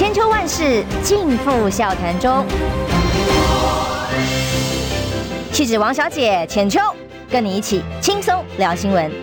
千秋万世尽付笑谈中。气质王小姐浅秋，跟你一起轻松聊新闻。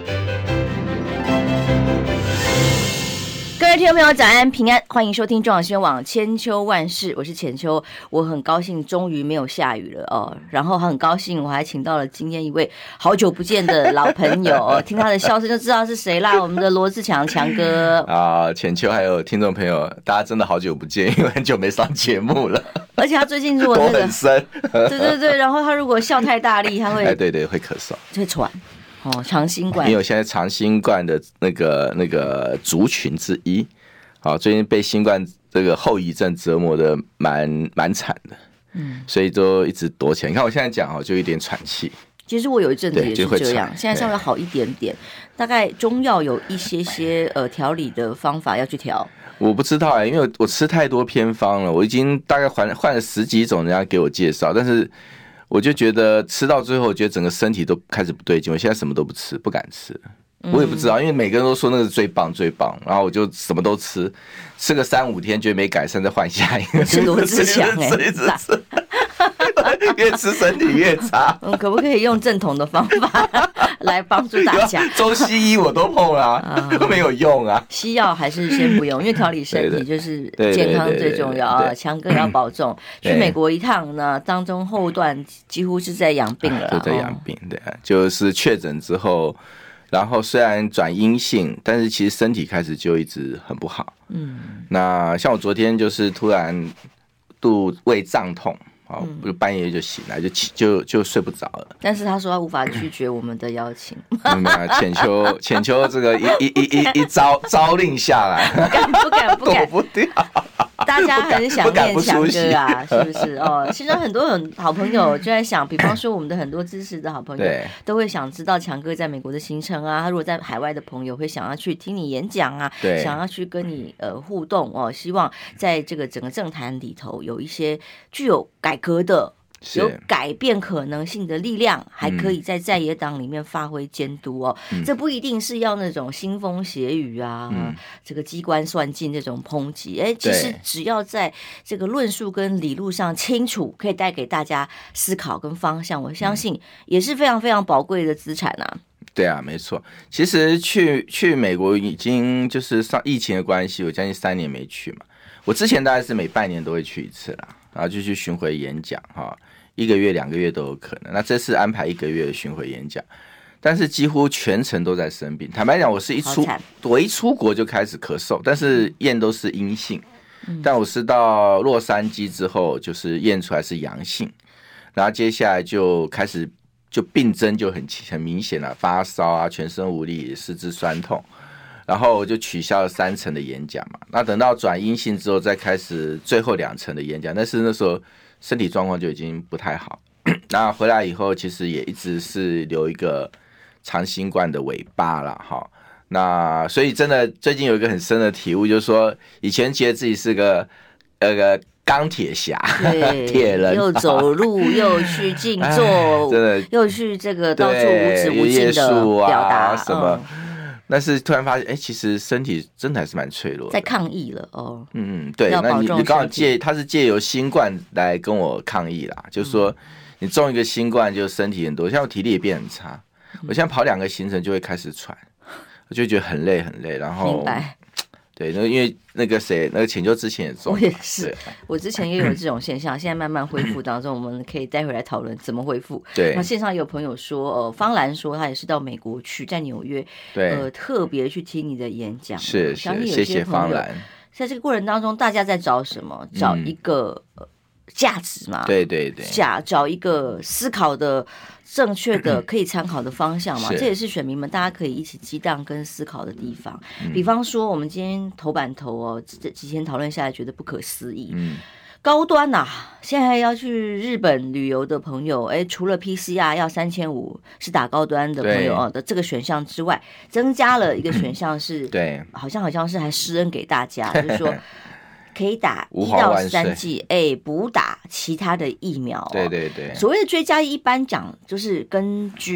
各位听众朋友，早安平安，欢迎收听中广新闻网千秋万世，我是浅秋。我很高兴终于没有下雨了哦，然后很高兴我还请到了今天一位好久不见的老朋友哦，听他的笑声就知道是谁啦，我们的罗志强强哥啊，浅秋还有听众朋友，大家真的好久不见，因为很久没上节目了。 而且他最近如果那个很深， 对，然后他如果笑太大力，他会对会咳嗽， 会喘。哦，长新冠， 因为我现在长新冠的那个族群之一，好，最近被新冠这个后遗症折磨的蛮惨的，所以都一直躲起来。你看我现在讲就有点喘气。 其实我有一阵子也是这样，现在稍微好一点点，大概中药有一些调理的方法要去调。 我不知道因为我吃太多偏方了，我已经大概换了10几种人家给我介绍，但是我就觉得吃到最后，我觉得整个身体都开始不对劲。我现在什么都不吃，不敢吃。我也不知道，因为每个人都说那个是最棒，然后我就什么都吃个3-5天，觉得没改善，再换下一个。 是罗志祥越吃身体越差。 可不可以用正统的方法来帮助大家？ 中西医我都碰了都没有用啊。 西药还是先不用，因为调理身体就是健康最重要啊。强哥要保重。去美国一趟呢，当中后段几乎是在养病了， 都在养病。对，就是确诊之后，然后虽然转阴性，但是其实身体开始就一直很不好。那像我昨天就是突然胃胀痛。就半夜就醒来，就睡不着了。但是他说他无法拒绝我们的邀请。 浅秋这个一招令下来， 不敢， 躲不掉。 大家很想念强哥啊，是不是？其实很多好朋友就在想，比方说我们的很多支持的好朋友都会想知道强哥在美国的行程啊。他如果在海外的朋友会想要去听你演讲啊，想要去跟你互动希望在这个整个政坛里头有一些具有改革的。有改变可能性的力量，还可以在野党里面发挥监督这不一定是要那种腥风血雨啊，这个机关算尽这种抨击。其实只要在这个论述跟理路上清楚，可以带给大家思考跟方向，我相信也是非常非常宝贵的资产啊。 对啊，没错。其实去美国已经就是上疫情的关系，我将近3年没去嘛。我之前大概是每半年都会去一次啦，然后就去巡回演讲1个月2个月都有可能。那这次安排1个月的巡回演讲，但是几乎全程都在生病。坦白讲，我一出国就开始咳嗽，但是验都是阴性。但我是到洛杉矶之后，就是验出来是阳性，然后接下来就开始就病征就很明显了，发烧啊，全身无力，四肢酸痛。然后我就取消了3层的演讲嘛。那等到转阴性之后，再开始最后2层的演讲，但是那时候身体状况就已经不太好。那回来以后，其实也一直是留一个长新冠的尾巴啦那所以真的最近有一个很深的体悟，就是说以前觉得自己是个钢铁侠，铁人， 又走路又去静坐，真的又去这个到处无止无尽的表达什么。但是突然发现，其实身体真的还是蛮脆弱的， 在抗议了对，那你刚好他是借由新冠来跟我抗议啦，就是说你中一个新冠，就身体很多，像我体力也变很差，我现在跑2个行程就会开始喘，我就觉得很累，然后明白。 对，因为那个浅秋之前也中， 我也是，我之前也有这种现象，现在慢慢恢复当中，我们可以待会来讨论怎么恢复。 对， 那线上有朋友说，方兰说他也是到美国去，在纽约，特别去听你的演讲。 是，谢谢方兰。 在这个过程当中，大家在找什么？找一个价值嘛？ 对， 找一个思考的正确的可以参考的方向嘛，这也是选民们大家可以一起激荡跟思考的地方。比方说我们今天头版头这几天讨论下来觉得不可思议，高端现在要去日本旅游的朋友，除了 PCR 要3500是打高端的朋友的这个选项之外，增加了一个选项是，对，好像是还施恩给大家，就是说可以打1到3剂，补打其他的疫苗。 对。 所谓的追加一般讲就是根据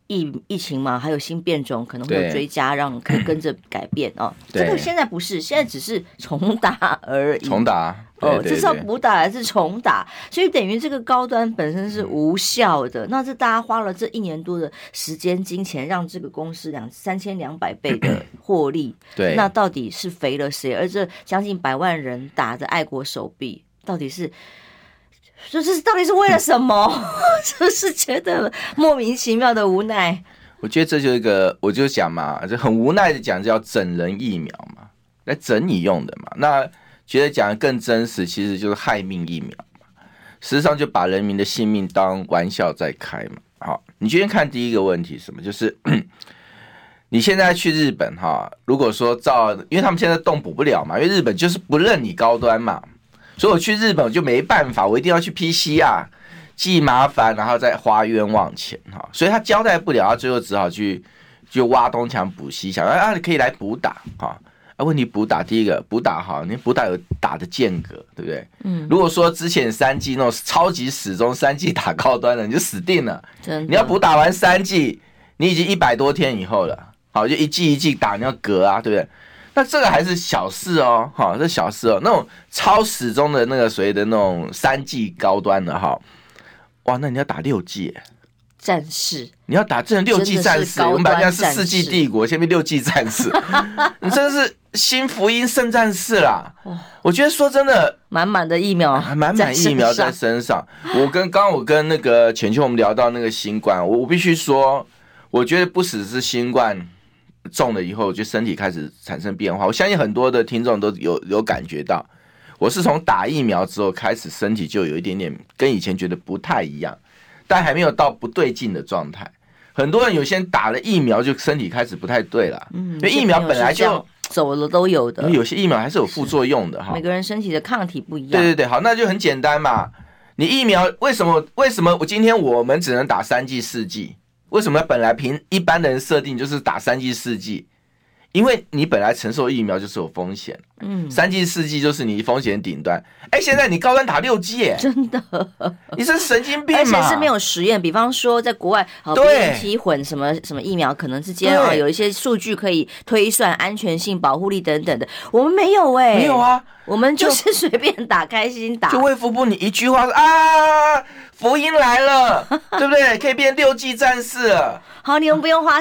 疫情嘛，还有新变种可能会有追加，让可以跟着改变哦。这个现在不是，现在只是重打而已。 重打这是要补打还是重打？所以等于这个高端本身是无效的。那这大家花了这1年多的时间、金钱，让这个公司3200倍的获利。 对， 那到底是肥了谁？而这将近100万人打着爱国手臂，到底是？就是到底是为了什么？就是觉得莫名其妙的无奈。 我觉得这就是一个，我就讲嘛，就很无奈的讲，叫整人疫苗嘛，来整你用的嘛。那觉得讲的更真实，其实就是害命疫苗嘛。事实上就把人民的性命当玩笑在开嘛。好，你今天看第一个问题是什么？就是你现在去日本哈，如果说因为他们现在动补不了嘛，因为日本就是不认你高端嘛。所以我去日本我就没办法，我一定要去 PCR， 既麻烦然后再花冤枉钱哈，所以他交代不了，他最后只好去挖东墙补西墙，你可以来补打哈。问题补打第一个补打好，你补打有打的间隔，对不对？如果说之前3剂那种超级死忠3剂打高端的，你就死定了。你要补打完3剂，你已经100多天以后了，好，就一剂一剂打，你要隔啊，对不对？那这个还是小事哦，哈，这小事哦。那种超死忠的那个所谓的那种3剂高端的哈，哇，那你要打6剂战士， 你要打这6剂战士，我们本来是4剂帝国，前面6剂战士，你真的是新福音圣战士啦！我觉得说真的， 满满的疫苗， 满满疫苗在身上。刚刚我跟那个浅秋我们聊到那个新冠，我必须说，我觉得不只是新冠。中了以后，就身体开始产生变化。我相信很多的听众都有感觉到，我是从打疫苗之后开始，身体就有一点点跟以前觉得不太一样，但还没有到不对劲的状态。很多人有些人打了疫苗就身体开始不太对了，因为疫苗本来就走了都有的， 有些疫苗还是有副作用的哈。 每个人身体的抗体不一样。 对对对，好，那就很简单嘛。你疫苗为什么今天我们只能打3剂4剂？为什么本来凭一般的人设定就是打3剂4剂？因为你本来承受疫苗就是有风险，3剂4剂就是你风险顶端。现在你高端打6剂耶， 真的， 你是神经病嘛？ 而且是没有实验，比方说在国外BNT 混什么什么疫苗，可能之间有一些数据可以推算安全性、保护力等等的，我们没有没有啊， 我们就是随便打，开心打。 就卫福部你一句话说福音来了，对不对？可以变6剂战士了。 好，你们不用花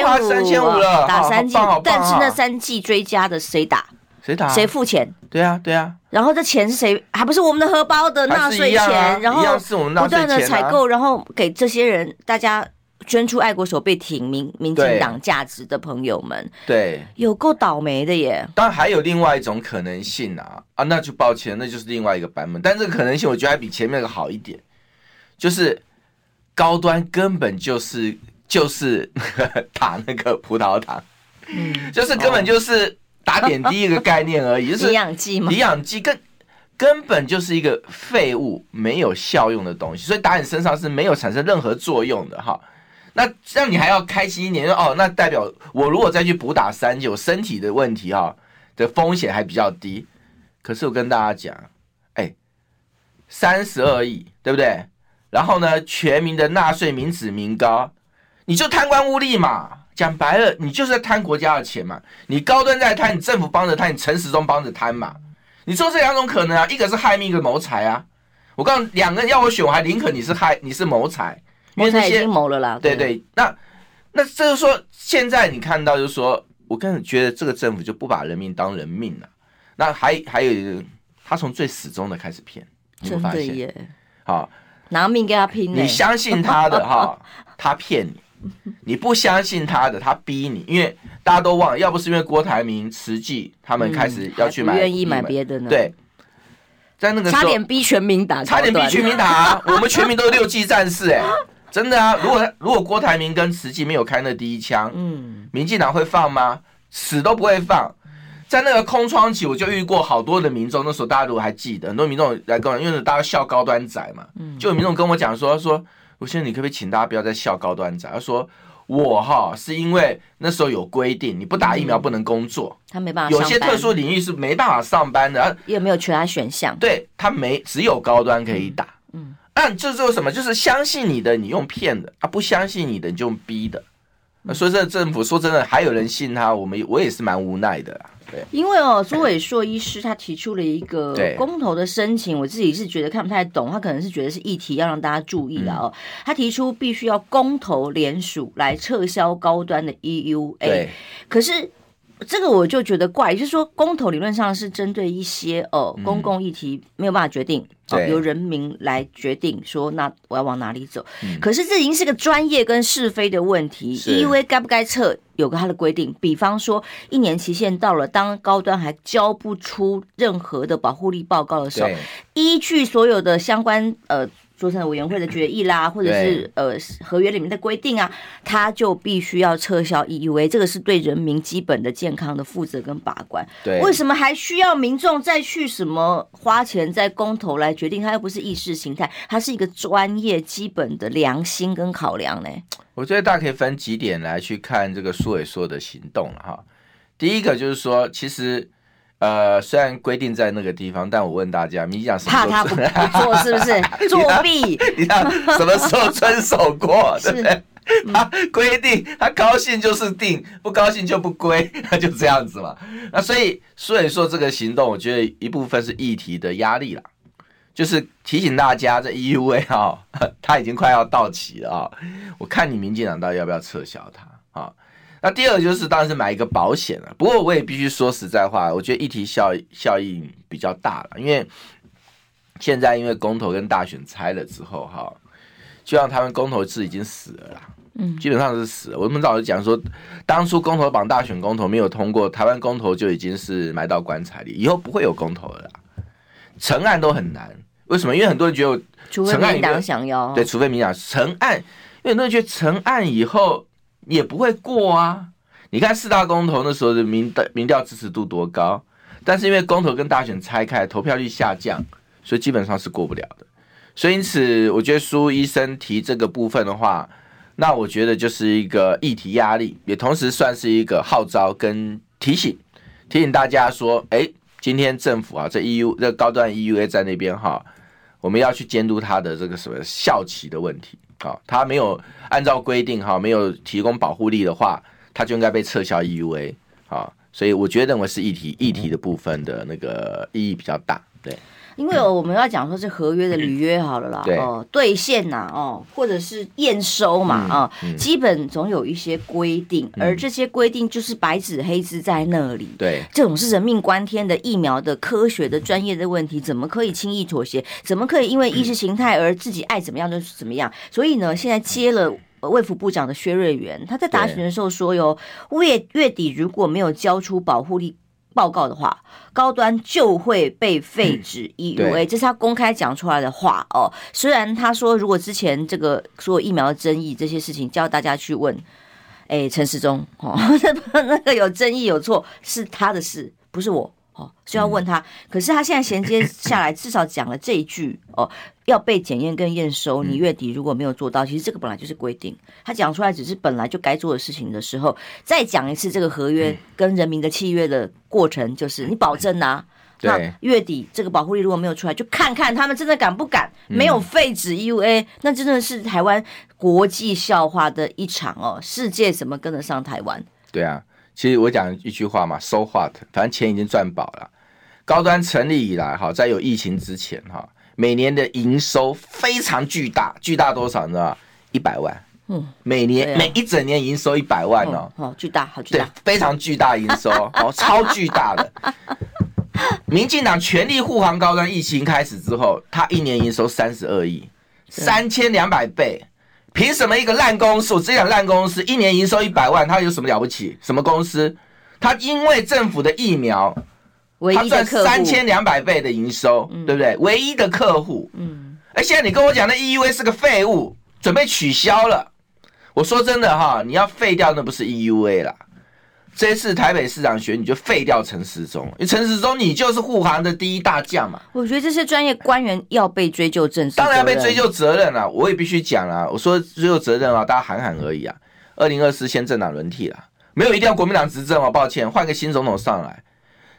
3500了，打3剂，但是那3剂追加的谁打？谁付钱？ 对啊，对啊。 然后这钱是谁？还不是我们的荷包的纳税钱？然后不断的采购，然后给这些人大家捐出爱国手臂挺民进党价值的朋友们， 对， 有够倒霉的耶。 当然还有另外一种可能性那就抱歉，那就是另外一个版本。但这个可能性我觉得还比前面那个好一点，就是高端根本就是打那个葡萄糖，就是根本就是打点滴一个概念而已，就是营养剂吗？ 营养剂根本就是一个废物，没有效用的东西，所以打你身上是没有产生任何作用的哈。那让你还要开心一点，那代表我如果再去补打3剂，我身体的问题的风险还比较低。可是我跟大家讲，32亿，对不对？然后呢，全民的纳税民脂民膏，你就贪官污吏嘛。讲白了，你就是在贪国家的钱嘛。你高端在贪，你政府帮着贪，你陈时中帮着贪嘛。你说这2种可能一个是害命，一个谋财啊。我告诉你，2个人要我选，我还宁可你是谋财， 谋财已经谋了啦。 对对，那这就是说，现在你看到就是说，我个人觉得这个政府就不把人民当人命了。那还有，他从最始终的开始骗，你会发现， 真的耶， 拿命跟他拼。 你相信他的他骗你。你不相信他的，他逼你，因为大家都忘了，要不是因为郭台铭、慈济他们开始要去买， 不愿意买别的呢。 对，在那个时候差点逼全民打， 我们全民都是6剂战士真的啊！如果郭台铭跟慈济没有开那第一枪，民进党会放吗？死都不会放。在那个空窗期，我就遇过好多的民众，那时候大家如果还记得，很多民众来跟我，因为大家笑高端仔嘛，就有民众跟我讲说。我现在你可不可以请大家不要再笑高端仔？他说我是因为那时候有规定，你不打疫苗不能工作， 他没办法上班， 有些特殊领域是没办法上班的， 也没有其他选项， 对他只有高端可以打， 这做什么？就是相信你的，你用骗的不相信你的，你就用逼的。所以这政府说真的，还有人信他，我也是蛮无奈的啦。对， 因为朱伟硕医师他提出了一个公投的申请，我自己是觉得看不太懂，他可能是觉得是议题要让大家注意了他提出必须要公投联署来撤销高端的 EUA， 可是这个我就觉得怪，就是说公投理论上是针对一些公共议题没有办法决定。由人民来决定说那我要往哪里走，可是这已经是个专业跟是非的问题。EUA 该不该撤有个它的规定，比方说1年期限到了，当高端还交不出任何的保护力报告的时候，依据所有的相关组成委员会的决议啦，或者是合约里面的规定啊，他就必须要撤销 EUA， 这个是对人民基本的健康的负责跟把关。为什么还需要民众再去什么花钱在公投来决定？它又不是意识形态，它是一个专业基本的良心跟考量呢。 我觉得大家可以分几点来去看这个苏伟硕的行动了哈。第一个就是说，其实虽然规定在那个地方，但我问大家，民进党什么时候怕他不做是不是作弊？ 你看什么时候遵守过？对不对？他规定，他高兴就是定，不高兴就不归，那就这样子嘛。那所以苏伟硕这个行动，我觉得一部分是议题的压力啦，就是提醒大家，这 EUA 它已经快要到期了我看你民进党到底要不要撤销它那第二个就是当然是买一个保险了。不过我也必须说实在话，我觉得议题效应比较大了，因为现在因为公投跟大选拆了之后就让他们公投制已经死了啦。基本上是死了。我们早就讲说，当初公投榜大选公投没有通过，台湾公投就已经是埋到棺材里，以后不会有公投了啦。成案都很难，为什么？因为很多人觉得除非民进党想要， 对，除非民进党成案，因为很多人觉得成案以后也不会过啊。你看4大公投那时候的民调支持度多高，但是因为公投跟大选拆开，投票率下降，所以基本上是过不了的。所以因此，我觉得苏医生提这个部分的话，那我觉得就是一个议题压力，也同时算是一个号召跟提醒大家说，今天政府这高端 EUA 在那边我们要去监督它的这个什么效期的问题它没有按照规定没有提供保护力的话，它就应该被撤销 EUA 所以我觉得认为是议题的部分的那个意义比较大，对。 因为我们要讲说是合约的履约好了啦，兑现呐，或者是验收嘛，基本总有一些规定，而这些规定就是白纸黑字在那里。 对， 这种是人命关天的疫苗的科学的专业的问题，怎么可以轻易妥协？怎么可以因为意识形态而自己爱怎么样就怎么样？所以呢，现在接了卫福部长的薛瑞元，他在答询的时候说月底如果没有交出保护力报告的话，高端就会被废止 EUA，这是他公开讲出来的话虽然他说，如果之前这个所有疫苗的争议这些事情，叫大家去问，陈时中那个有争议有错是他的事，不是我就要问他。可是他现在衔接下来，至少讲了这一句要被检验跟验收，你月底如果没有做到，其实这个本来就是规定。他讲出来只是本来就该做的事情的时候，再讲一次这个合约跟人民的契约的过程，就是你保证那月底这个保护力如果没有出来，就看看他们真的敢不敢，没有废止 EUA，那真的是台湾国际笑话的一场世界怎么跟得上台湾？ 对啊，其实我讲一句话嘛 ，so what， 反正钱已经赚饱了。高端成立以来在有疫情之前每年的营收非常巨大，巨大多少你知道吗？100万。每年每一整年营收100万巨大，好巨大， 对，非常巨大营收超巨大的。民进党全力护航高端，疫情开始之后，他一年营收32亿，3200倍。凭什么一个烂公司？我只讲烂公司，一年营收100万，他有什么了不起？什么公司？他因为政府的疫苗，他赚3200倍的营收，对不对？唯一的客户，现在你跟我讲的 EUA 是个废物，准备取消了。我说真的你要废掉那不是 EUA 啦。这次台北市长选你就废掉陈时中，因为陈时中你就是护航的第一大将嘛。 我觉得这些专业官员要被追究政治责任， 当然要被追究责任啦。我也必须讲啦，我说追究责任大家喊喊而已2024先政党轮替啦，没有一定要国民党执政抱歉，换个新总统上来。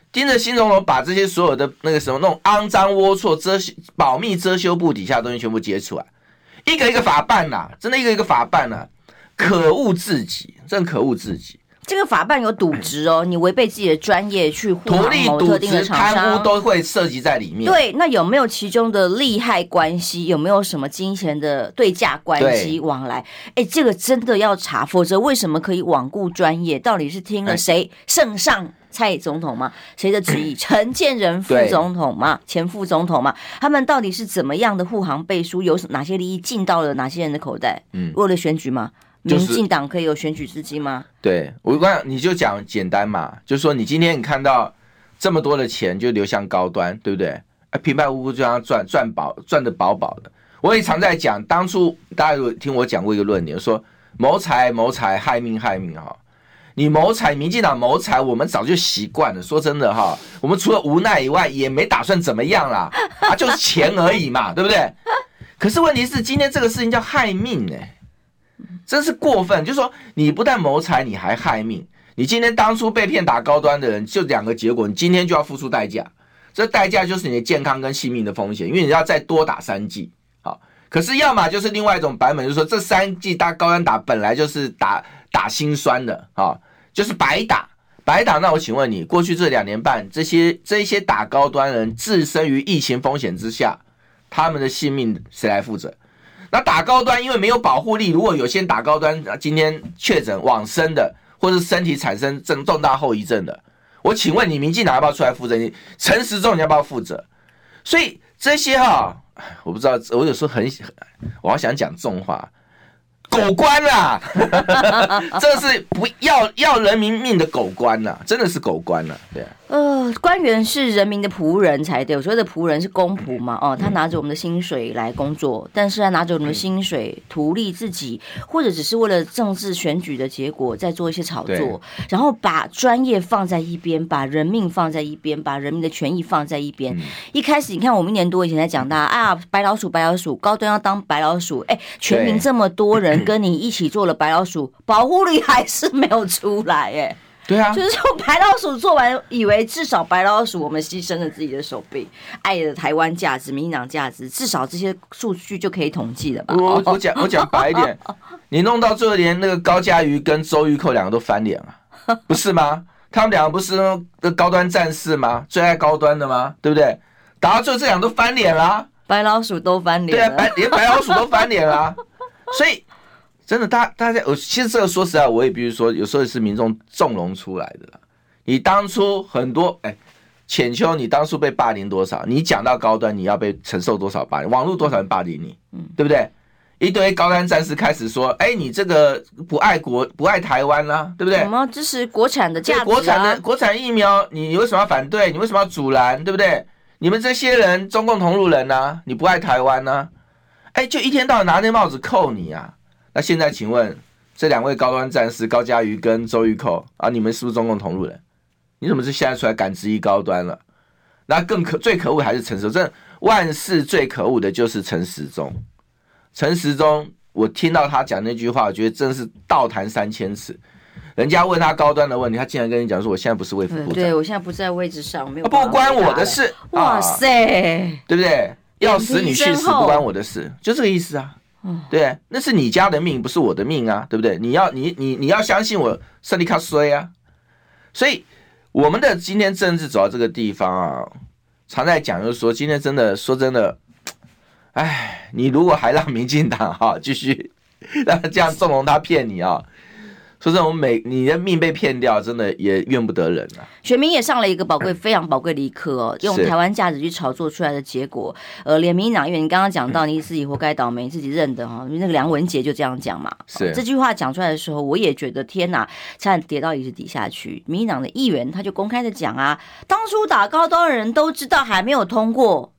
盯着新总统把这些所有的那个什么那种肮脏龌龊保密遮羞布底下的东西全部揭出来，一个一个法办啦，真的一个一个法办啦，可恶至极，真可恶至极。 这个法办有渎职哦，你违背自己的专业去护航某特定的厂商， 贪污都会涉及在里面。 对，那有没有其中的利害关系？有没有什么金钱的对价关系往来？哎，这个真的要查，否则为什么可以罔顾专业？到底是听了谁圣上蔡总统吗？谁的旨意？陈建仁副总统吗？前副总统吗？他们到底是怎么样的护航背书？有哪些利益进到了哪些人的口袋？为了选举吗？民进党可以有选举资金吗？ 对，我刚你就讲简单嘛，就是说你今天你看到这么多的钱就流向高端，对不对？平白无故就让他赚得饱饱的。我也常在讲，当初大家有听我讲过一个论点，说谋财害命哈。你谋财，民进党谋财，我们早就习惯了。说真的哈，我们除了无奈以外，也没打算怎么样啦，就是钱而已嘛，对不对？可是问题是，今天这个事情叫害命真是过分。就是说，你不但谋财，你还害命。你今天当初被骗打高端的人，就2个结果，你今天就要付出代价。这代价就是你的健康跟性命的风险，因为你要再多打3剂。好，可是要么就是另外一种版本，就是说这3剂高端打本来就是打心酸的，就是白打。那我请问你，过去这2年半，这些打高端人置身于疫情风险之下，他们的性命谁来负责？那打高端因为没有保护力，如果有些打高端今天确诊往生的，或是身体产生重大后遗症的，我请问你民进党要不要出来负责？你陈时中你要不要负责？所以这些我不知道，我有时候我好想讲重话，狗官啦，这是不要人民命的狗官啦，真的是狗官啦，对啊。 官员是人民的仆人才对，我所谓的仆人是公仆嘛，他拿着我们的薪水来工作，但是他拿着我们的薪水图利自己，或者只是为了政治选举的结果在做一些炒作，然后把专业放在一边，把人命放在一边，把人民的权益放在一边。一开始你看我们1年多以前在讲白老鼠，高端要当白老鼠，全民这么多人跟你一起做了白老鼠，保护率还是没有出来对啊， 就是说白老鼠做完，以为至少白老鼠我们牺牲了自己的手臂，爱的台湾价值、民进党价值，至少这些数据就可以统计了吧？ 我讲白一点，你弄到最后连那个高嘉瑜跟周玉蔻2个都翻脸了，不是吗？他们2个不是高端战士吗？最爱高端的吗？对不对？打到最后这2个都翻脸啦， 白老鼠都翻脸了， 对啊，连白老鼠都翻脸啦，所以。真的，大家，其实这个说实在，我也必须说，有时候是民众纵容出来的啦。你当初很多，浅秋，你当初被霸凌多少？你讲到高端，你要被承受多少霸凌？网络多少人霸凌你？对不对？一堆高端战士开始说，你这个不爱国、不爱台湾啦，对不对？ 我们要支持国产的价值国产疫苗，你为什么要反对？你为什么要阻拦？对不对？你们这些人，中共同路人啊，你不爱台湾啊？就一天到晚拿那帽子扣你啊！那现在请问这2位高端战士高嘉瑜跟周玉蔻你们是不是中共同路人？你怎么是现在出来敢质疑高端了？那最可恶还是陈时中，真万事最可恶的就是陈时中。陈时中，我听到他讲那句话，我觉得真是倒弹3000尺。人家问他高端的问题，他竟然跟你讲说：“我现在不是卫福部长， 对我现在不在位置上，没有不关我的事。” 哇塞， 对不对？要死你去死，不关我的事，就这个意思啊。对，那是你家的命，不是我的命啊，对不对？你要相信我，胜利卡衰啊。所以我们的今天政治走到这个地方常在讲，就是说今天真的说真的，你如果还让民进党继续让这样纵容他骗你说真的，你的命被骗掉，真的也怨不得人啊。 选民也上了一个非常宝贵的一课用台湾价值去炒作出来的结果，连民进党，因为你刚刚讲到你自己活该倒霉，自己认的因为那个梁文杰就这样讲嘛。 是这句话讲出来的时候，我也觉得天哪，差点跌到椅子底下去。民进党的议员他就公开的讲当初打高端的人都知道还没有通过。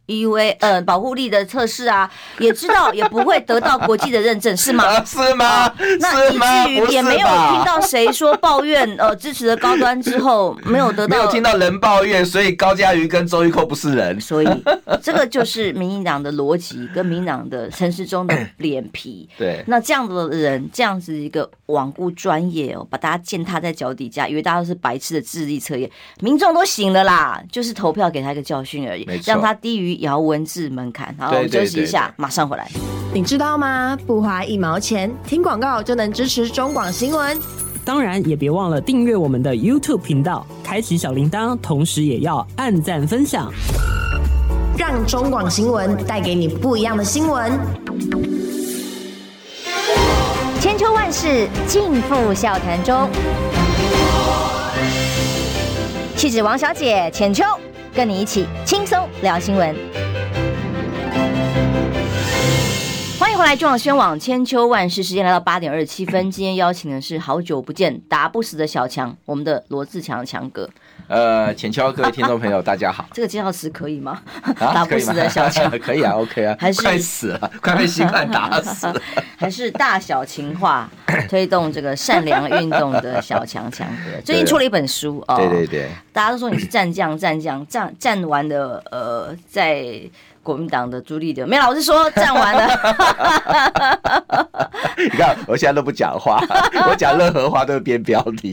EUA 保护力的测试啊，也知道也不会得到国际的认证，是吗？ 是吗？ 那以至于也没有听到谁说抱怨支持了高端之后没有得到， 没有听到人抱怨，所以高嘉瑜跟周玉蔻不是人。 所以这个就是民进党的逻辑跟民进党的陈时中的脸皮。 对， 那这样的人这样子一个罔顾专业把大家践踏在脚底下，以为大家都是白痴的智力测验，民众都醒了啦，就是投票给他一个教训而已，让他低于姚文智门槛。好，我们休息一下，马上回来。 你知道吗？不花1毛钱，听广告就能支持中广新闻。 当然也别忘了订阅我们的 YouTube 频道，开启小铃铛，同时也要按赞分享， 让中广新闻带给你不一样的新闻。 千秋万世尽付笑谈中，气质王小姐浅秋，跟你一起轻松聊新闻。欢迎回来，中广宣网千秋万世，时间来到8点27分。今天邀请的是好久不见打不死的小强，我们的罗志强强哥。 浅秋，各位听众朋友，大家好。 这个介绍词可以吗？打不死的小强可以啊 ，OK 啊， 还是快死了，快被新冠打死了。 还是大小情话推动这个善良运动的小强强哥，最近出了一本书哦。 对对对， 大家都说你是战将，战完的在国民党的朱立伦，没有，我是说战完了。 你看我现在都不讲话，我讲任何话都是编标题。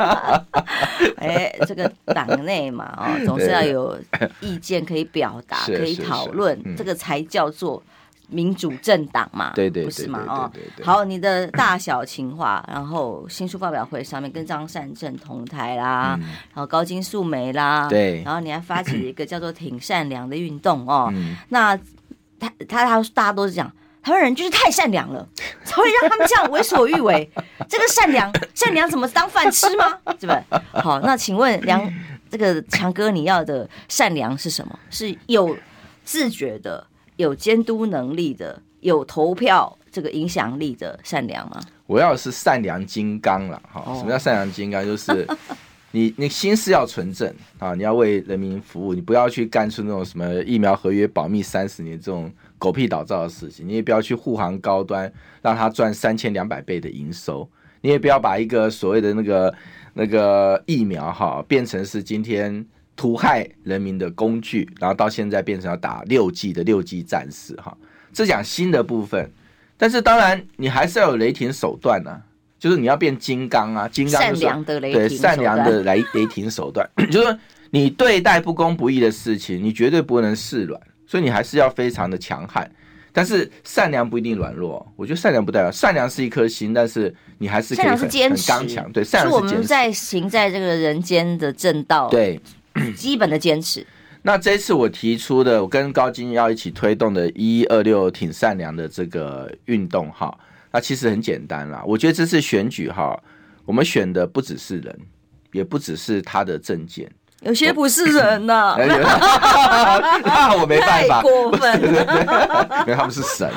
这个党内嘛，总是要有意见可以表达，可以讨论，这个才叫做民主政党嘛， 对，不是吗？好，你的大小情话，然后新书发表会上面跟张善政同台啦，然后高金素梅啦， 对， 然后你还发起了一个叫做挺善良的运动哦。那他大家都是讲，台湾人就是太善良了，才会让他们这样为所欲为。这个善良怎么当饭吃吗？对吧？好，那请问这个强哥，你要的善良是什么？是有自觉的，有监督能力的，有投票这个影响力的善良吗？ 我要的是善良金刚啦，什么叫善良金刚？就是你心思要纯正啊，你要为人民服务，你不要去干出那种什么疫苗合约保密30年这种狗屁倒灶的事情，你也不要去护航高端，让他赚3200倍的营收，你也不要把一个所谓的那个疫苗变成是今天屠害人民的工具，然后到现在变成要打6G 的6G 战士这讲新的部分。但是当然你还是要有雷霆手段啊，就是你要变金刚啊，金刚就是善良的雷霆手段， 对，善良的雷霆手段，就是你对待不公不义的事情，你绝对不能示软，所以你还是要非常的强悍。但是善良不一定软弱，我觉得善良不代表善良是一颗心，但是你还是可以很刚强。对，善良是坚持。 是我们在行在这个人间的正道， 对， 基本的坚持。 那这一次我提出的，我跟高金要一起推动的1126挺善良的这个运动那其实很简单啦。我觉得这次选举我们选的不只是人，也不只是他的政见。 有些不是人呐、 那我没办法， 太过分了。 因为他们是神，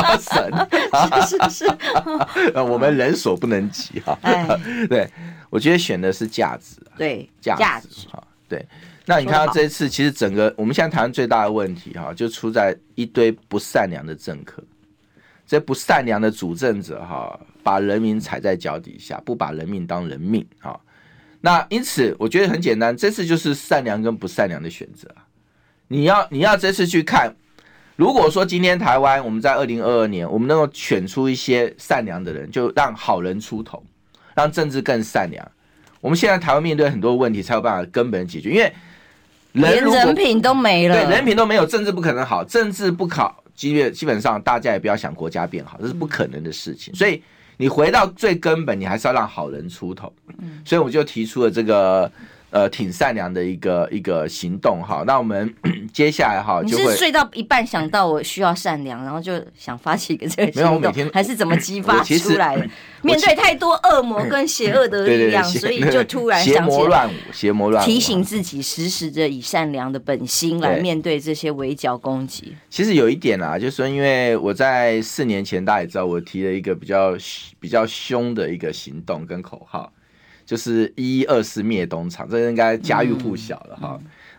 是， 我们人所不能及对，我觉得选的是价值， 对， 价值对。那你看到这一次，其实整个我们现在台湾最大的问题就出在一堆不善良的政客，这不善良的主政者把人民踩在脚底下，不把人命当人命那因此我觉得很简单，这次就是善良跟不善良的选择。你要这次去看，如果说今天台湾我们在2022年我们能够选出一些善良的人，就让好人出头，让政治更善良，我们现在台湾面对很多问题才有办法根本解决。因为连人品都没了， 对，人品都没有，政治不可能好，政治不好，基本上大家也不要想国家变好，这是不可能的事情。所以你回到最根本，你还是要让好人出头。所以我就提出了这个挺善良的一个行动那我们接下来就会。 你是睡到一半想到我需要善良，然后就想发起一个这个行动， 没有，我每天还是怎么激发出来的？面对太多恶魔跟邪恶的力量，所以就突然想起来邪魔乱舞， 提醒自己时时的以善良的本心来面对这些围剿攻击。 其实有一点就是说，因为我在4年前大家也知道，我提了一个比较凶的一个行动跟口号，就是1124灭东厂，这应该家喻户晓了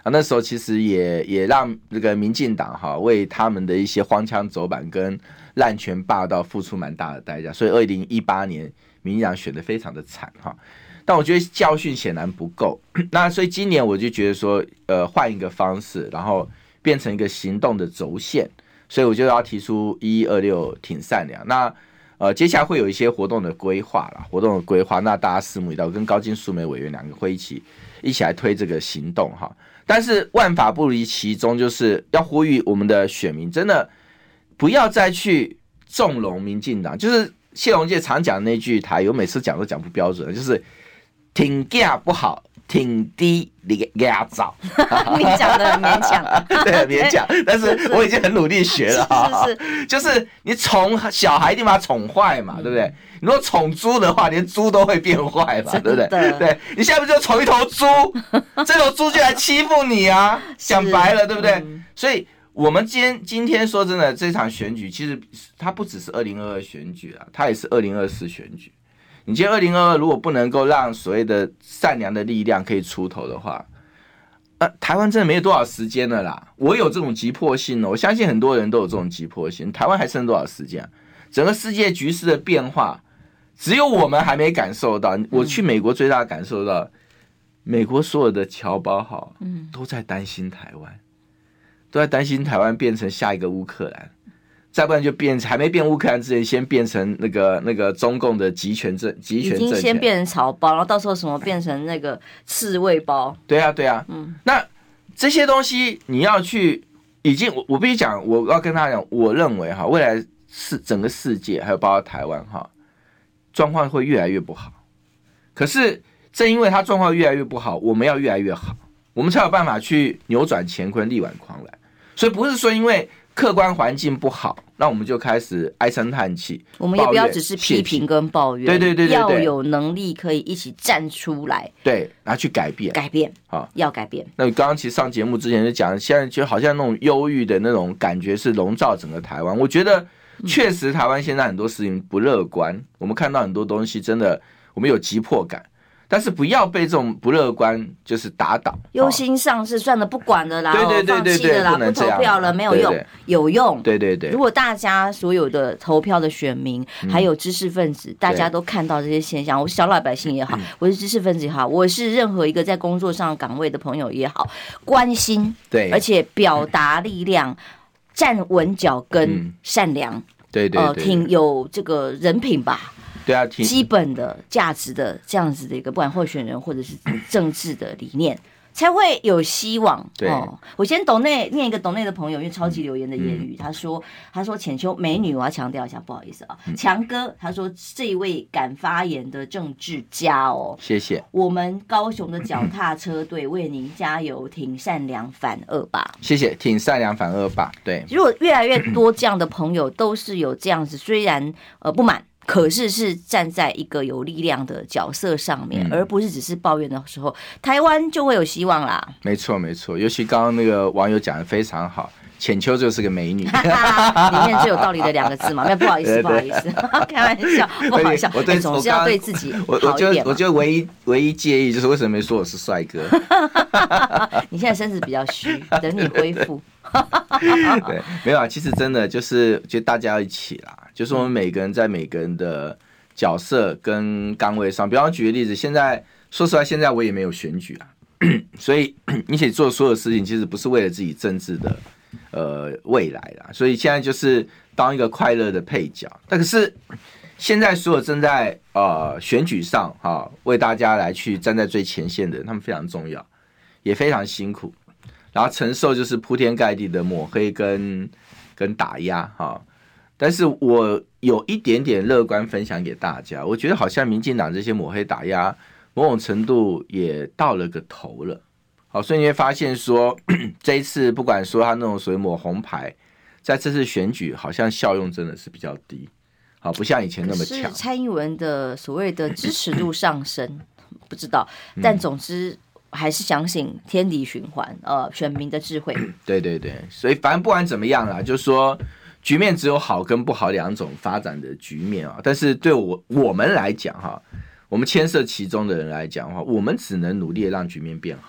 那时候其实也让这个民进党为他们的一些荒腔走板跟滥权霸道付出蛮大的代价，所以2018年民进党选得非常的惨但我觉得教训显然不够，那所以今年我就觉得说换一个方式，然后变成一个行动的轴线，所以我就要提出1126挺善良。那接下来会有一些活动的规划啦，那大家拭目以待，我跟高金素梅委员两个会一起来推这个行动但是万法不离其宗，就是要呼吁我们的选民真的不要再去纵容民进党，就是谢龙介常讲的那句台语，我每次讲都讲不标准，就是挺架不好，挺低压早。 你讲的很勉强， 对，很勉强，但是我已经很努力学了是就是你宠小孩一定把他宠坏嘛，对不对？你如果宠猪的话，连猪都会变坏嘛，对不对？对，你现在不就宠一头猪，这头猪就来欺负你啊！讲白了，对不对？所以我们今天说真的，这场选举其实它不只是2022选举啊，它也是2024选举。你今天2022如果不能够让所谓的善良的力量可以出头的话，台湾真的没有多少时间了啦。我有这种急迫性我相信很多人都有这种急迫性。台湾还剩多少时间整个世界局势的变化，只有我们还没感受到。我去美国最大的感受到，美国所有的侨胞都在担心台湾，都在担心台湾变成下一个乌克兰。再不然就还没变乌克兰之前，先变成那个中共的集权政权，已经先变成草包，然后到时候什么变成那个刺猬包。 对啊，那这些东西你要去，已经我必须讲，我要跟他讲，我认为未来整个世界还有包括台湾状况会越来越不好。可是正因为它状况越来越不好，我们要越来越好，我们才有办法去扭转乾坤，力挽狂澜。所以不是说因为客观环境不好，那我们就开始唉声叹气。 我们也不要只是批评跟抱怨， 对， 要有能力可以一起站出来， 对，然后去改变， 要改变。 那刚刚其实上节目之前就讲，现在就好像那种忧郁的那种感觉是笼罩整个台湾。我觉得确实台湾现在很多事情不乐观，我们看到很多东西真的我们有急迫感。但是不要被这种不乐观就是打倒， 忧心丧志，算了，不管了啦， 对， 放弃了啦，不投票了，没有用，有用。 对。 如果大家所有的投票的选民，还有知识分子，大家都看到这些现象，我是小老百姓也好，我是知识分子也好，我是任何一个在工作上岗位的朋友也好，关心， 对， 而且表达力量，站稳脚跟，善良， 对， 挺有这个人品吧。 对啊， 基本的价值的这样子的一个，不管候选人或者是政治的理念，才会有希望。 对， 我先念一个抖内的朋友，因为超级留言的言语，他说浅秋美女，我要强调一下，不好意思强哥，他说这一位敢发言的政治家谢谢。 我们高雄的脚踏车队为您加油，挺善良反恶霸。 谢谢，挺善良反恶霸。对， 如果越来越多这样的朋友都是有这样子，虽然不满。可是站在一个有力量的角色上面，而不是只是抱怨的时候，台湾就会有希望啦。没错， 尤其刚刚那个网友讲的非常好，浅秋就是个美女，里面最有道理的2个字嘛。不好意思，开玩笑，不好笑。我总是要对自己好一点嘛。 我觉得唯一介意就是为什么没说我是帅哥。 你现在身子比较虚，等你恢复。 对，没有其实真的就是大家要一起啦，就是我们每个人在每个人的角色跟岗位上，比方举个例子，现在说实话，现在我也没有选举所以你可以做所有事情，其实不是为了自己政治的未来啦，所以现在就是当一个快乐的配角。但可是现在所有正在选举上为大家来去站在最前线的人，他们非常重要，也非常辛苦。然后承受就是铺天盖地的抹黑跟打压但是我有一点点乐观分享给大家，我觉得好像民进党这些抹黑打压某种程度也到了个头了。所以你会发现说这一次不管说他那种所谓抹红牌，在这次选举好像效用真的是比较低，不像以前那么强。 是蔡英文的所谓的支持度上升不知道，但总之还是相信天理循环，选民的智慧。对， 所以反正不管怎么样啦，就是说局面只有好跟不好2种发展的局面但是对我们来讲我们牵涉其中的人来讲的话，我们只能努力的让局面变好嘛。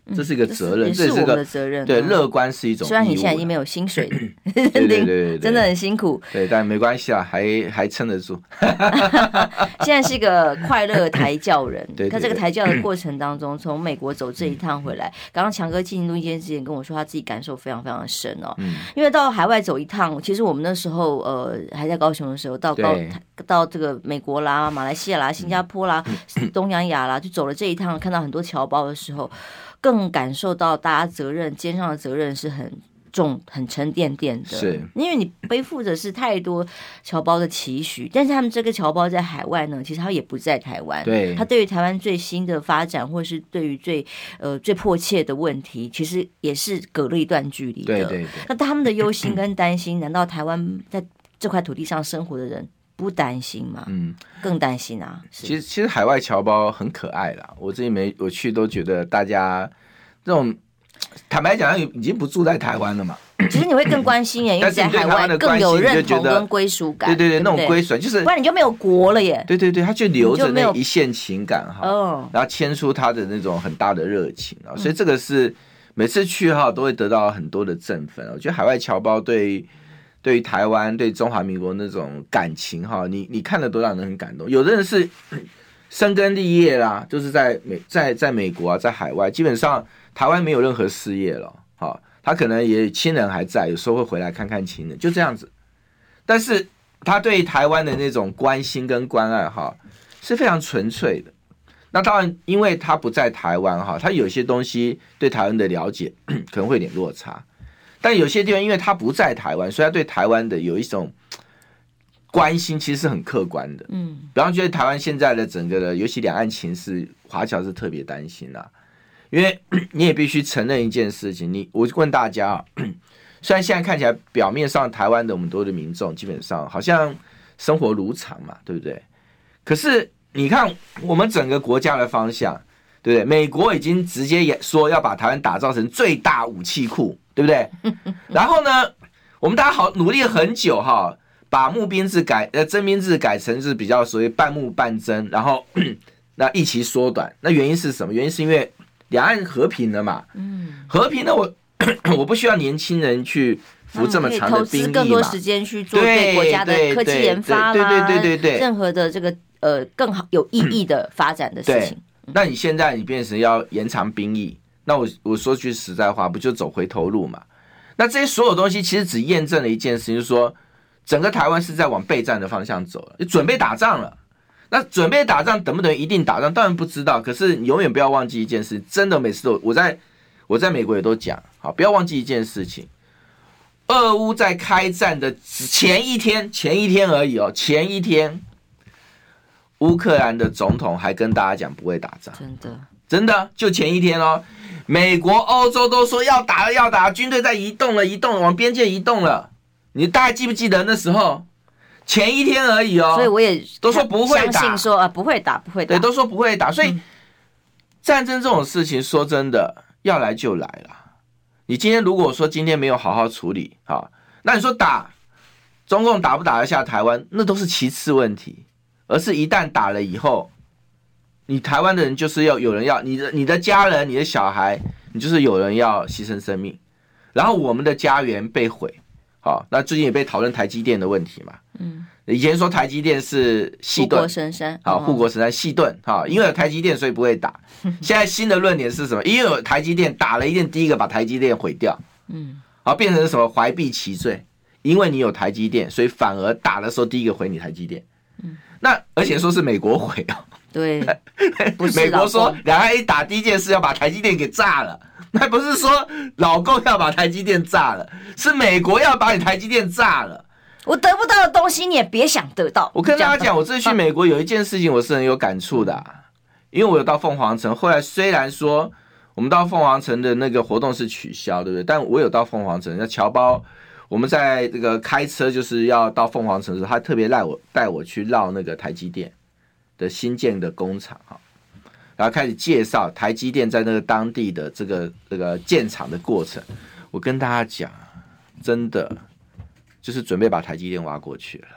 这是一个责任， 这是我们的责任。 对，乐观是一种义务。 虽然你现在已经没有薪水， 对， 真的很辛苦。 对，但没关系啊，还撑得住。 现在是一个快乐抬轿人。 对， 在这个抬轿的过程当中，从美国走这一趟回来，刚刚强哥进录音间之前跟我说，他自己感受非常非常的深哦。因为到海外走一趟，其实我们那时候还在高雄的时候，到这个美国啦、马来西亚啦、新加坡啦、东南亚啦，就走了这一趟，看到很多侨胞的时候，更感受到大家肩上的责任是很重、很沉甸甸的。 是， 因为你背负的是太多侨胞的期许，但是他们这个侨胞在海外呢，其实他也不在台湾。 对， 他对于台湾最新的发展，或是对于最迫切的问题，其实也是隔了一段距离的。 对。 那他们的忧心跟担心，难道台湾在这块土地上生活的人不担心吗？更担心啊！ 其实海外侨胞很可爱啦，我自己我去都觉得大家这种，坦白讲已经不住在台湾了嘛。 其实你会更关心耶，因为在海外更有认同跟归属感。 对，那种归属就是， 不然你就没有国了耶。 对，他就留着那一线情感哈，然后牵出他的那种很大的热情啊，所以这个是每次去哈都会得到很多的振奋。我觉得海外侨胞对于台湾、对中华民国那种感情哈，你看了都让人很感动。有的人是生根立业啦，就是在美国啊，在海外，基本上台湾没有任何事业了，哈，他可能也亲人还在，有时候会回来看看亲人，就这样子。但是他对台湾的那种关心跟关爱哈，是非常纯粹的。那当然，因为他不在台湾哈，他有些东西对台湾的了解可能会有点落差。但有些地方，因为他不在台湾，所以他对台湾的有一种关心，其实是很客观的。比方觉得台湾现在的整个的，尤其两岸情势，华侨是特别担心啦。因为你也必须承认一件事情，我问大家啊，虽然现在看起来表面上台湾的我们多的民众基本上好像生活如常嘛，对不对？可是你看我们整个国家的方向，对不对？美国已经直接说要把台湾打造成最大武器库，对不对？然后呢，我们大家好努力了很久哈，把募兵制征兵制改成是比较所谓半募半征，然后那一期缩短。那原因是什么？原因是因为两岸和平了嘛。和平了我不需要年轻人去服这么长的兵役嘛， 更多时间去做对国家的科技研发啦，对，任何的这个更好有意义的发展的事情。 那你现在你变成要延长兵役，那我说句实在话，不就走回头路嘛？那这些所有东西其实只验证了一件事情，就是说整个台湾是在往备战的方向走了，准备打仗了。那准备打仗等不等于一定打仗？当然不知道。可是你永远不要忘记一件事，真的每次都我在美国也都讲，好，不要忘记一件事情。俄乌在开战的前一天而已哦，前一天，乌克兰的总统还跟大家讲不会打仗，真的就前一天哦。美国、欧洲都说要打了，要打，军队在移动了，往边界移动了。你大概记不记得那时候？前一天而已哦， 所以我也都说不会打， 相信说不会打， 对，都说不会打。所以战争这种事情，说真的，要来就来了。你今天如果说今天没有好好处理，好，那你说中共打不打得下台湾，那都是其次问题，而是一旦打了以后，你台湾的人就是要有人要你的家人、你的小孩，你就是有人要牺牲生命，然后我们的家园被毁。好，那最近也被讨论台积电的问题嘛。以前说台积电是细盾， 护国神山， 好，护国神山细盾，好，因为有台积电所以不会打。现在新的论点是什么？因为有台积电打了一定第一个把台积电毁掉，好，变成什么怀璧其罪？因为你有台积电，所以反而打的时候第一个毁你台积电。那而且说是美国毁哦， 对，不是美国说两岸一打第一件事要把台积电给炸了。那不是说老共要把台积电炸了，是美国要把你台积电炸了。 我得不到的东西你也别想得到。 我跟大家讲，我这次去美国有一件事情我是很有感触的，因为我有到凤凰城。后来虽然说我们到凤凰城的那个活动是取消，对不对？但我有到凤凰城，那侨胞我们在这个开车就是要到凤凰城的时候，他特别带我去绕那个台积电的新建的工厂哈。然后开始介绍台积电在那个当地的这个建厂的过程。我跟大家讲，真的就是准备把台积电挖过去了。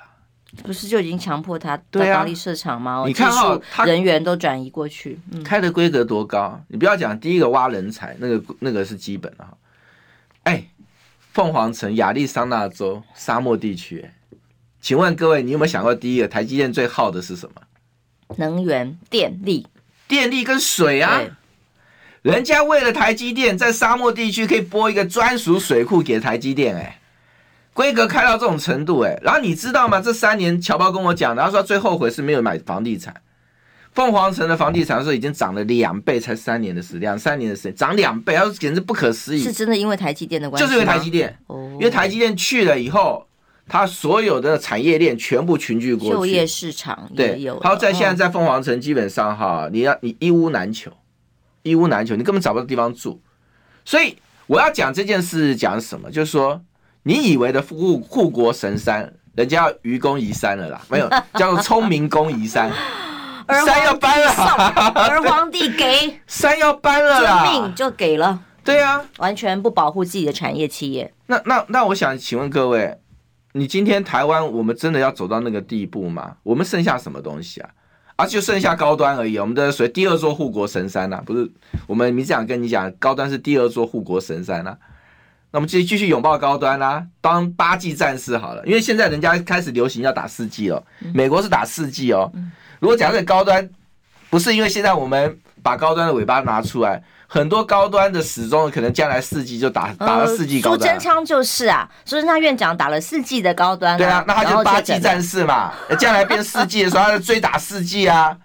不是就已经强迫他到当地设厂吗？ 你看他人员都转移过去， 开的规格多高？你不要讲第一个挖人才，那个是基本的哈。凤凰城亚利桑那州沙漠地区，请问各位，你有没有想过第一个台积电最耗的是什么？ 能源、电力跟水啊。人家为了台积电在沙漠地区可以拨一个专属水库给台积电，规格开到这种程度，然后你知道吗？这3年侨胞跟我讲，然后说最后悔是没有买房地产。凤凰城的房地产的时候已经涨了2倍，才2-3年的时间涨2倍，他说简直不可思议。 是真的因为台积电的关系吗？ 就是因为台积电，因为台积电去了以后，它所有的产业链全部群聚过去， 就业市场也有。 然后现在在凤凰城基本上你一屋难求，你根本找不到地方住。所以我要讲这件事讲什么，就是说你以为的护国神山，人家要愚公移山了啦，没有，叫做聪明公移山。山要搬了， 而皇帝给山要搬了啦， 遵命就给了。 对啊， 完全不保护自己的产业企业。 那我想请问各位，你今天台湾我们真的要走到那个地步吗？我们剩下什么东西啊？就剩下高端而已。我们的第2座护国神山不是我们民进党跟你讲，高端是第2座护国神山那我们继续拥抱高端当8G战士好了，因为现在人家开始流行要打4G了，美国是打4G哦。如果假设高端不是因为现在我们把高端的尾巴拿出来，很多高端的始终可能将来4G 就打了4G 高端。 苏贞昌就是苏贞昌院长打了4G 的高端。 对啊，那他就8G 战士嘛，将来变4G 的时候，他就追打4G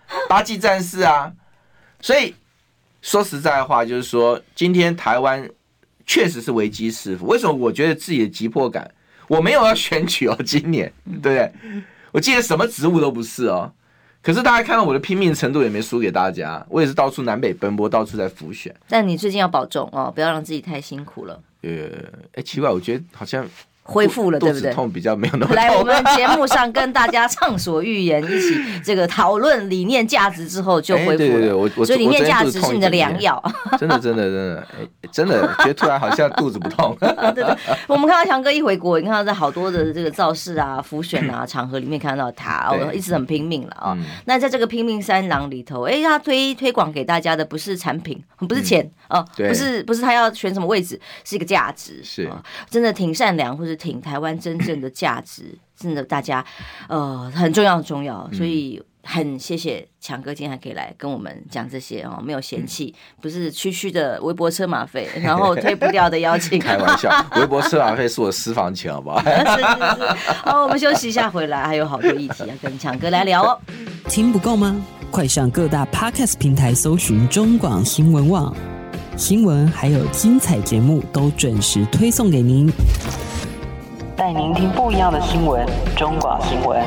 8G 战士所以说实在话，就是说今天台湾确实是危机四伏。为什么我觉得自己的急迫感？我没有要选举今年对不对？我今年什么职务都不是可是大家看到我的拼命程度也没输给大家，我也是到处南北奔波，到处在辅选。 但你最近要保重不要让自己太辛苦了。 奇怪，我觉得好像恢复了，对不对？ 肚子痛比较没有那么痛。 来，我们节目上跟大家畅所欲言，一起这个讨论理念价值之后就恢复了。 对， 所以理念价值是你的良药。 真的，觉得突然好像肚子不痛。 对，我们看到强哥一回国，你看到在好多的这个造势辅选场合里面看到他，一直很拼命了那在这个拼命三郎里头，他推广给大家的不是产品，不是钱不是他要选什么位置，是一个价值。 是真的挺善良，或者挺台湾真正的价值，真的大家很重要，所以很谢谢强哥今天还可以来跟我们讲这些没有嫌弃，不是区的微博车马费，然后推不掉的邀请。 开玩笑，微博车马费是我私房钱，好不好？ 是。好，我们休息一下，回来还有好多议题要跟强哥来聊听不够吗？快上各大 Podcast 平台搜寻中广新闻网，新闻还有精彩节目都准时推送给您。带您听不一样的新闻，中广新闻。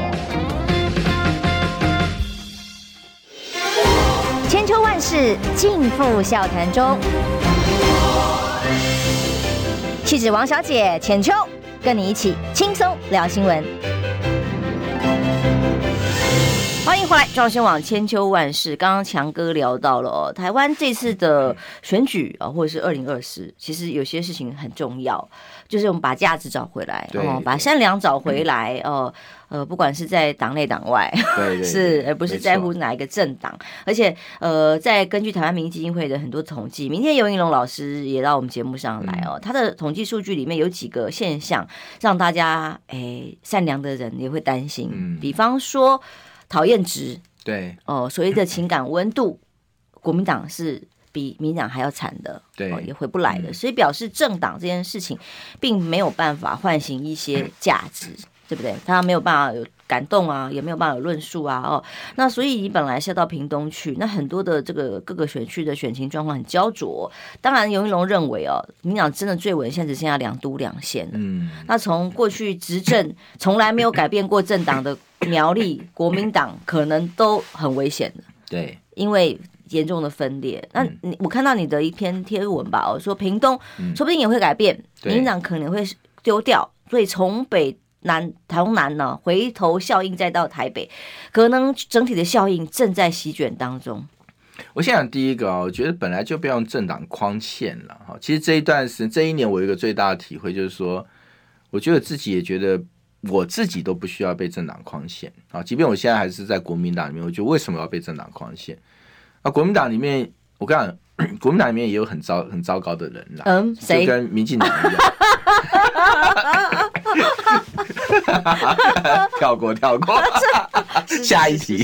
千秋万世尽付笑谈中。气质王小姐浅秋，跟你一起轻松聊新闻。欢迎回来，中广新闻网千秋万世。刚刚强哥聊到了台湾这次的选举或者是2024，其实有些事情很重要，就是我们把价值找回来，把善良找回来不管是在党内党外， 对是而不是在乎哪一个政党。而且在根据台湾民意基金会的很多统计，明天游盈隆老师也到我们节目上来他的统计数据里面有几个现象让大家善良的人也会担心，比方说讨厌值， 对所谓的情感温度，国民党是比民党还要惨的， 对也回不来的，所以表示政党这件事情并没有办法唤醒一些价值，对不对？他没有办法有感动也没有办法有论述那所以你本来是要到屏东去，那很多的这个各个选区的选情状况很焦灼。当然游盈隆认为民党真的最稳，现在只剩下2都2县了。那从过去执政从来没有改变过政党的苗栗国民党可能都很危险的， 对， 因为严重的分裂。那我看到你的一篇贴文吧，说屏东说不定也会改变，民进党可能会丢掉，所以从台南呢回头效应再到台北，可能整体的效应正在席卷当中。 我先讲第一个我觉得本来就不要用政党框线了其实这一段时间这一年我有一个最大的体会，就是说我觉得自己也觉得我自己都不需要被政党框限啊，即便我现在还是在国民党里面，我觉得为什么要被政党框限？啊，国民党里面，我跟你讲，国民党里面也有很糟糕的人啦， 谁？ 就跟民进党一样。跳过，下一题。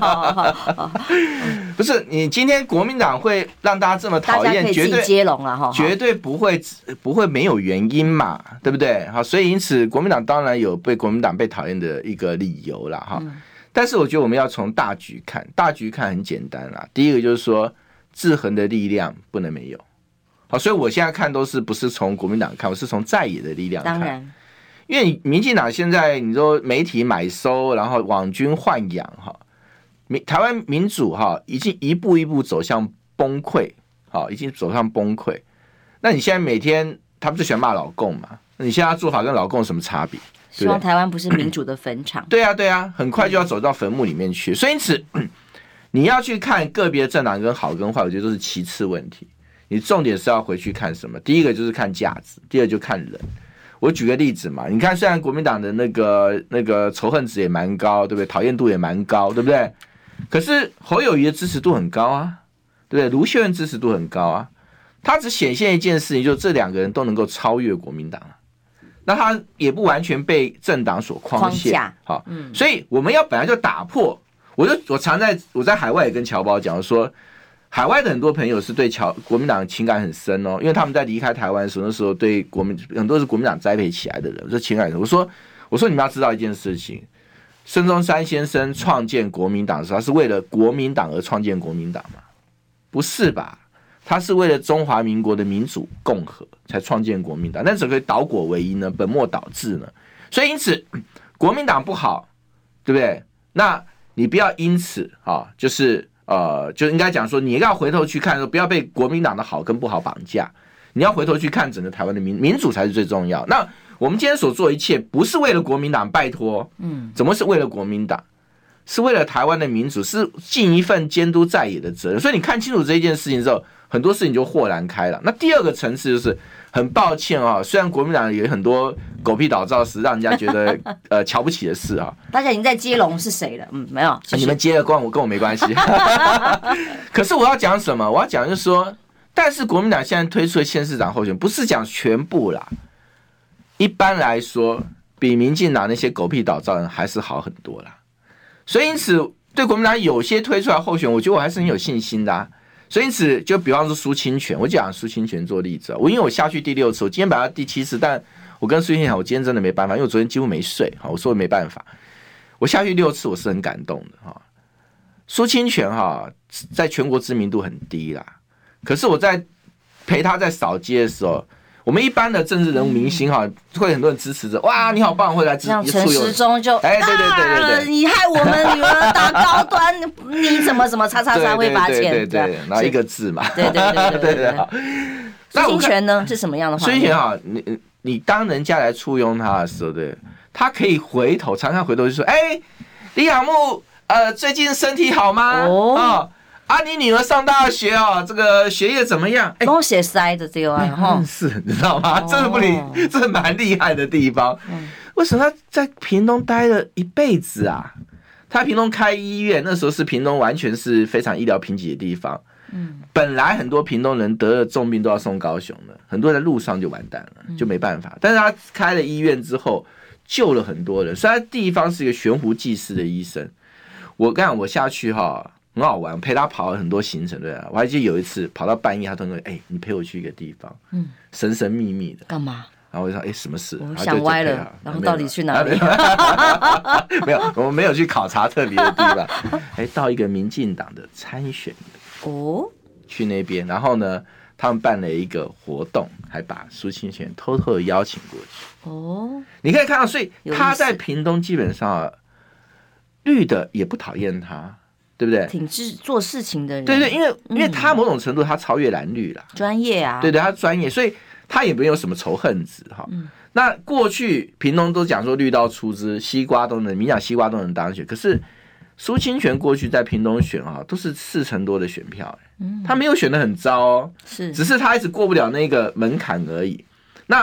不是你今天国民党会让大家这么讨厌，绝对接龙了， 绝对不会没有原因嘛，对不对？好，所以因此国民党当然有被国民党被讨厌的一个理由啦，哈。但是我觉得我们要从大局看，大局看很简单啦。第一个就是说，制衡的力量不能没有。好，所以我现在看都是不是从国民党看，我是从在野的力量看。 当然， 因为民进党现在你说媒体买收，然后网军豢养哈，台湾民主哈已经一步一步走向崩溃，好，已经走向崩溃。那你现在每天他不就喜欢骂老共嘛？那你现在要做好跟老共有什么差别？ 希望台湾不是民主的坟场。 对啊，很快就要走到坟墓里面去。所以因此，你要去看个别政党跟好跟坏，我觉得都是其次问题。你重点是要回去看什么？第一个就是看价值，第二就看人。我举个例子嘛，你看虽然国民党的那个仇恨值也蛮高，对不对？讨厌度也蛮高，对不对？可是侯友宜的支持度很高啊，对不对？卢秀燕支持度很高啊，他只显现一件事情，就是这两个人都能够超越国民党啊。那他也不完全被政党所框限，好，所以我们要本来就打破。我在海外也跟侨胞讲说，海外的很多朋友是对国民党情感很深哦，因为他们在离开台湾的时候，那时候对很多是国民党栽培起来的人，这情感很深。我说你们要知道一件事情，孙中山先生创建国民党的时候，他是为了国民党而创建国民党吗？不是吧？他是为了中华民国的民主共和才创建国民党，但怎么可以倒果为因呢？本末倒置呢？所以因此，国民党不好，对不对？那你不要因此就是就应该讲说，你要回头去看说，不要被国民党的好跟不好绑架，你要回头去看整个台湾的民主才是最重要。那我们今天所做一切，不是为了国民党，拜托，怎么是为了国民党？是为了台湾的民主，是尽一份监督在野的责任。所以你看清楚这一件事情之后，很多事情就豁然开朗。那第二个层次就是很抱歉啊，虽然国民党有很多狗屁倒灶时让人家觉得瞧不起的事啊， 大家已经在接龙是谁了？没有， 你们接了跟我没关系。可是我要讲什么？我要讲就是说，但是国民党现在推出的县市长候选人，不是讲全部啦。一般来说，比民进党那些狗屁倒灶人还是好很多啦。所以因此，对国民党有些推出来候选人，我觉得我还是很有信心的啊。所以因此，就比方说苏清泉，我讲苏清泉做例子啊。因为我下去第6次，我今天本来第7次，但我跟苏清泉讲，我今天真的没办法，因为我昨天几乎没睡。我说没办法，我下去6次，我是很感动的哈。苏清泉在全国知名度很低啦，可是我在陪他在扫街的时候。我们一般的政治人物明星会很多人支持着，哇，你好棒，会来支持。 像陈时中就， 对， 你害我们女儿打高端，你怎么叉会罚钱？ 对，然后一个字嘛， 对。苏清泉呢是什么样的话？ 苏清泉你当人家来簇拥他的时候，对，他可以常常回头就说，李雅木，最近身体好吗？你女儿上大学这个学业怎么样？ 跟我写塞的这个是，你知道吗？这蛮厉害的地方。为什么他在屏东待了一辈子啊？他屏东开医院，那时候是屏东完全是非常医疗贫瘠的地方。本来很多屏东人得了重病都要送高雄的，很多人在路上就完蛋了，就没办法。但是他开了医院之后，救了很多人，所以他地方是一个悬壶济世的医生。我跟你讲，我下去很好玩，陪他跑了很多行程，对啊。我还记得有一次跑到半夜，他突然说：“你陪我去一个地方，神神秘秘的， 干嘛？” 然后我就说：“什么事？” 我想歪了，然后到底去哪里？ 没有，我们没有去考察特别的地方。到一个民进党的参选人去那边，然后呢，他们办了一个活动，还把苏清泉偷偷的邀请过去。你可以看到，所以他在屏东基本上绿的也不讨厌他。对不对？ 挺做事情的人， 对，因为他某种程度他超越蓝绿了， 专业啊， 对，他专业，所以他也没有什么仇恨值那过去屏东都讲说绿到出枝，西瓜都能，民讲西瓜都能当选，可是苏清泉过去在屏东选都是40%多的选票，他没有选得很糟是，只是他一直过不了那个门槛而已。那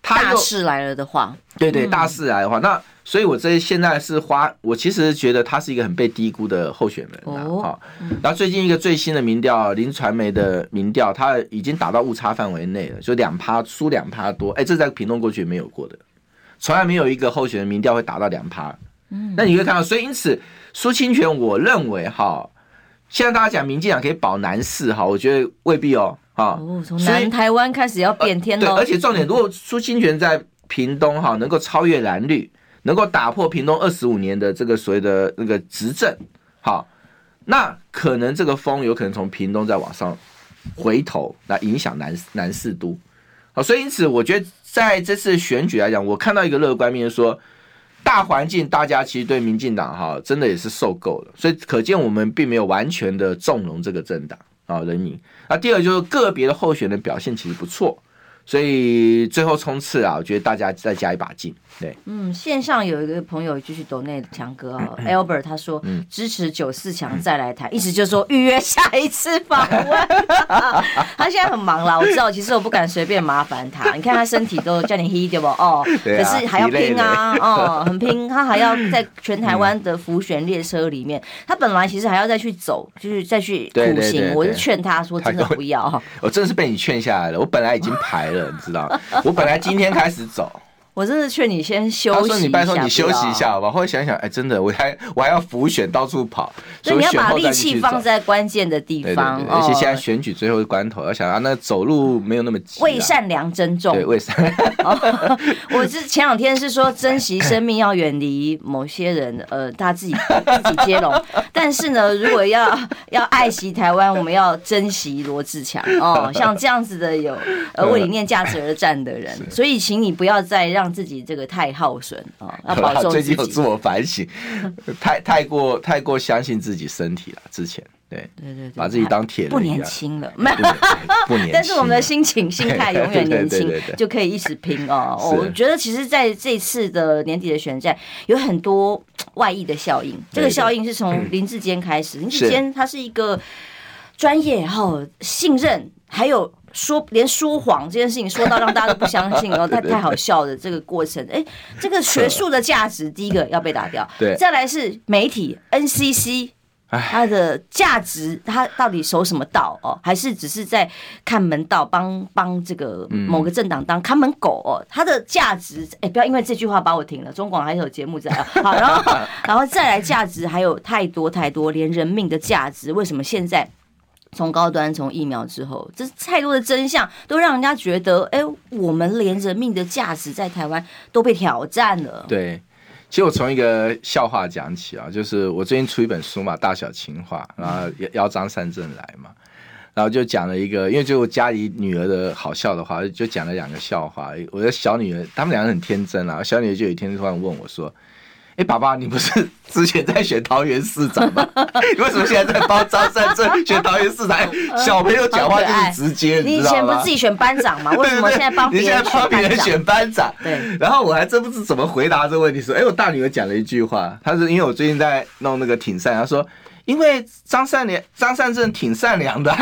大势来了的话， 对对，大势来的话，那所以我现在是我其实觉得他是一个很被低估的候选人然后最近一个最新的民调，林传媒的民调，他已经打到误差范围内了，就2%输2%多，这在屏东过去没有过的，从来没有一个候选人民调会打到2%。那你会看到，所以因此苏清泉，我认为现在大家讲民进党可以保南市我觉得未必从南台湾开始要变天了。 对，而且重点，如果苏清泉在屏东能够超越蓝绿，能够打破屏东25年的这个所谓的那个执政，那可能这个风有可能从屏东再往上回头来影响南四都。所以因此我觉得在这次选举来讲，我看到一个乐观面，说大环境大家其实对民进党真的也是受够了，所以可见我们并没有完全的纵容这个政党人民。第二就是个别的候选人表现其实不错，所以最后冲刺我觉得大家再加一把劲。对， 线上有一个朋友继续抖内强哥Albert 他说支持94强再来台，意思就是说预约下一次访问。他现在很忙啦，我知道，其实我不敢随便麻烦他。你看他身体都叫你 he 对不？可是还要拼很拼，他还要在全台湾的浮选列车里面，他本来其实还要再去走，就是再去苦行。我是劝他说真的不要。 我真的是被你劝下来了，我本来已经排了，你知道，我本来今天开始走。 我真的劝你先休息一下。 他说：“你拜托你休息一下好吧。”后来想想，真的，我还要浮选到处跑， 所以你要把力气放在关键的地方。 对，而且现在选举最后的关头，要想那走路没有那么急。 为善良珍重。 对，为善。 我前2天是说珍惜生命要远离某些人，他自己接龙。但是呢，如果要爱惜台湾，我们要珍惜罗志强像这样子的有为理念价值而战的人，所以请你不要再让自己这个太耗损要保重自己。 最近有自我反省，太过相信自己身体了。之前对，把自己当铁人一样， 不年轻了， 不年轻。 但是我们的心态永远年轻，就可以一直拼我觉得其实在这次的年底的选战有很多外溢的效应，这个效应是从林智坚开始。林智坚他是一个专业信任，还有连说谎这件事情说到让大家都不相信太好笑的这个过程，这个学术的价值第一个要被打掉， 对， 再来是媒体 NCC。它的价值，它到底守什么道还是只是在看门道，帮这个某个政党当看门狗它的价值，不要因为这句话把我停了。中广还是有节目在好，然后再来价值还有太多，连人命的价值，为什么现在？从高端从疫苗之后，这太多的真相都让人家觉得，我们连人命的价值在台湾都被挑战了。 对。其实我从一个笑话讲起就是我最近出一本书嘛，大小情话，然后邀张善政来嘛，然后就讲了一个，因为就我家里女儿的好笑的话，就讲了2个笑话。我的小女儿，他们2个很天真啦，小女儿就有一天突然问我说：“爸爸，你不是之前在选桃园市长吗？你为什么现在在帮张善政选桃园市长？”小朋友讲话就是直接， 你以前不是自己选班长吗？为什么现在帮别人选班长？对。然后我还真不知怎么回答这个问题，说：“我大女儿讲了一句话，她是因为我最近在弄那个挺善，她说。”因为张善政挺善良的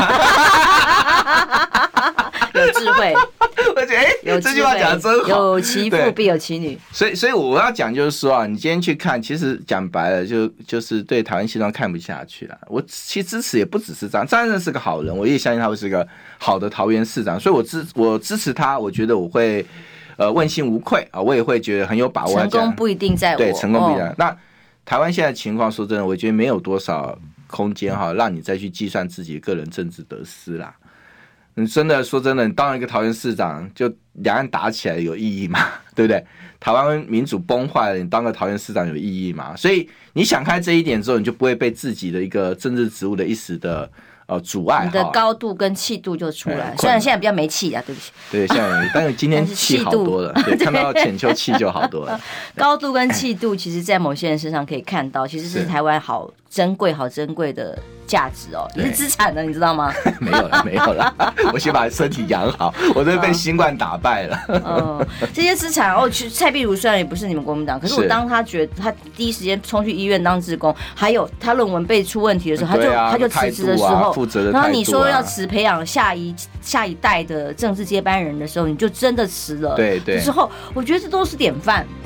有智慧， 我觉得这句话讲的真好， 有其父必有其女。 所以我要讲就是说你今天去看，其实讲白了就是对台湾现状看不下去了。我其实支持也不只是张善政是个好人，我也相信他会是个好的桃园市长，所以我支持他，我觉得我会问心无愧我也会觉得很有把握。 成功不一定在我， 对，成功不一定。那台湾现在情况，说真的，我觉得没有多少空间让你再去计算自己个人政治得失啦。你真的说真的，你当一个桃园市长，就两岸打起来有意义吗？对不对？台湾民主崩坏了，你当个桃园市长有意义吗？所以你想开这一点之后，你就不会被自己的一个政治职务的一时的阻碍， 你的高度跟气度就出来。虽然现在比较没气对不起。 对，现在但是今天气好多了，对，看到浅秋气就好多了。 高度跟气度，其实在某些人身上可以看到，其实是台湾好珍贵的价值哦，也是资产的，你知道吗？ 没有了，没有了，我先把身体养好，我都被新冠打败了。 这些资产哦，其实蔡壁如虽然也不是你们国民党，可是我当他觉得他第一时间冲去医院当志工，还有他论文被出问题的时候，他就辞职的时候， 负责的态度啊， 然后你说要辞培养下一代的政治接班人的时候，你就真的辞了。 对对， 之后我觉得这都是典范。